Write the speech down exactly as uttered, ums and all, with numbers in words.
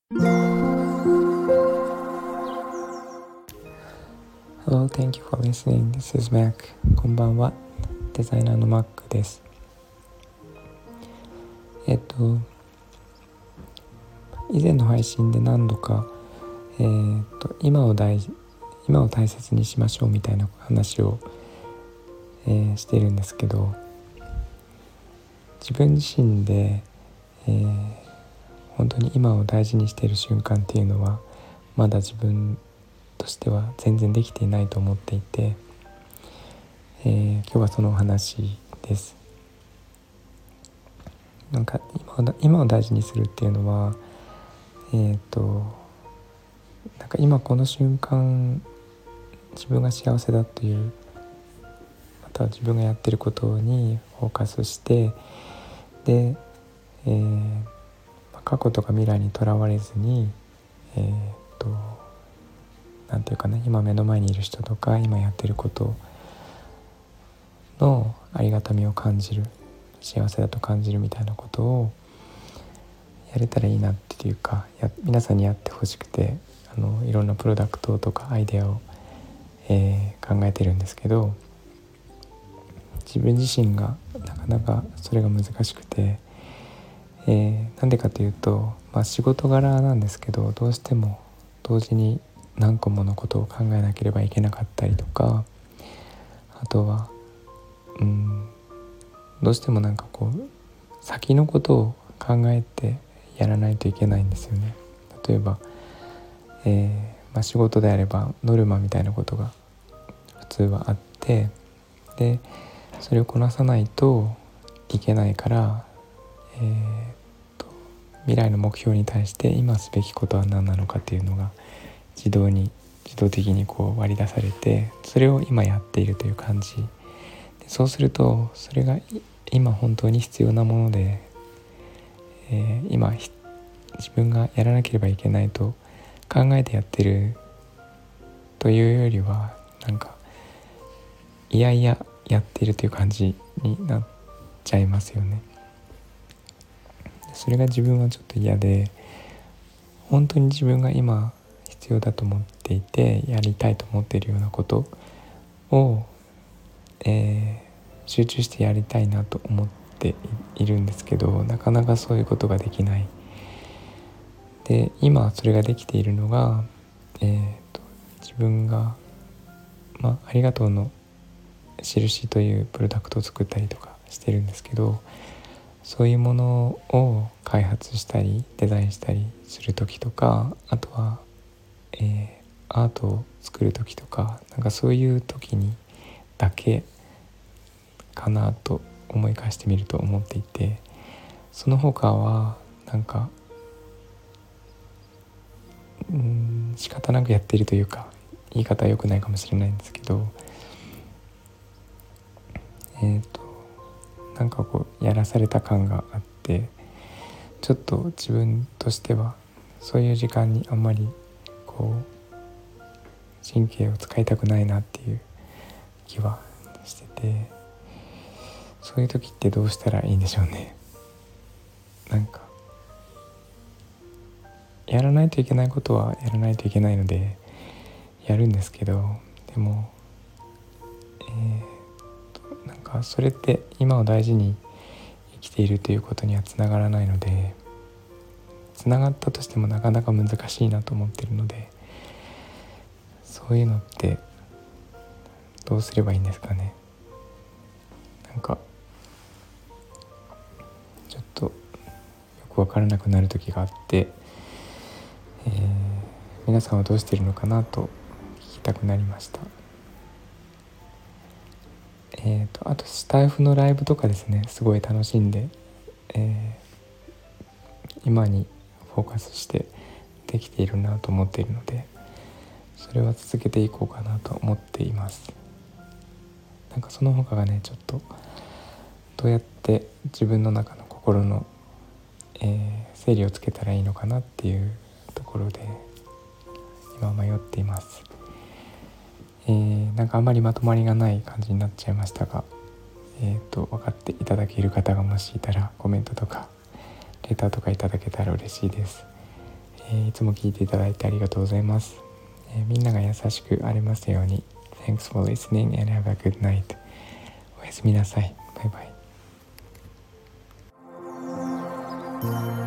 Hello, thank you for listening. This is Mac. こんばんは。デザイナーの Mac です。えっと、以前の配信で何度か、えー、っと今を大事、今を大切にしましょうみたいな話を、えー、しているんですけど、自分自身で、えー、本当に今を大事にしている瞬間っていうのはまだ自分としては全然できていないと思っていて、えー、今日はそのお話です。なんか 今, 今を大事にするっていうのは、えーと、なんか今この瞬間自分が幸せだという、または自分がやってることにフォーカスして、で、えー、過去とか未来にとらわれずに、えーとなんていうかね、今目の前にいる人とか今やってることのありがたみを感じる、幸せだと感じるみたいなことをやれたらいいなっていうか、や皆さんにやってほしくて、あのいろんなプロダクトとかアイデアを、えー、考えてるんですけど、自分自身がなかなかそれが難しくて、えー、なんでかというと、まあ、仕事柄なんですけど、どうしても同時に何個ものことを考えなければいけなかったりとか、あとはうんどうしてもなんかこう先のことを考えてやらないといけないんですよね。例えば、えーまあ、仕事であればノルマみたいなことが普通はあって、でそれをこなさないといけないから、えー、と未来の目標に対して今すべきことは何なのかっていうのが自動に自動的にこう割り出されて、それを今やっているという感じで、そうするとそれが今本当に必要なもので、えー、今自分がやらなければいけないと考えてやってるというよりは、なんかいやいややっているという感じになっちゃいますよね。それが自分はちょっと嫌で、本当に自分が今必要だと思っていてやりたいと思っているようなことを、えー、集中してやりたいなと思っているんですけど、なかなかそういうことができない。で今それができているのが、えー、と自分が、まあ、ありがとうの印というプロダクトを作ったりとかしてるんですけど、そういうものを開発したりデザインしたりする時とか、あとは、えー、アートを作る時とか、なんかそういう時にだけかなと思い返してみると思っていて、その他はなんかうーん仕方なくやっているというか、言い方は良くないかもしれないんですけど、えーとなんかこうやらされた感があって、ちょっと自分としてはそういう時間にあんまりこう神経を使いたくないなっていう気はしてて、そういう時ってどうしたらいいんでしょうね。なんかやらないといけないことはやらないといけないのでやるんですけど、でも、えー、なんかそれって今を大事に生きているということにはつながらないので、つながったとしてもなかなか難しいなと思っているので、そういうのってどうすればいいんですかね。なんかちょっとよく分からなくなる時があって、えー、皆さんはどうしているのかなと聞きたくなりました。えーと、あとスタイフのライブとかですね、すごい楽しんで、えー、今にフォーカスしてできているなと思っているので、それは続けていこうかなと思っています。なんかその他がね、ちょっとどうやって自分の中の心の、えー、整理をつけたらいいのかなっていうところで今迷っています。えー、なんかあんまりまとまりがない感じになっちゃいましたが、えーと、分かっていただける方がもしいたらコメントとかレターとかいただけたら嬉しいです。 えー、いつも聞いていただいてありがとうございます。えー、みんなが優しくありますように。 Thanks for listening and have a good night. おやすみなさい。バイバイ。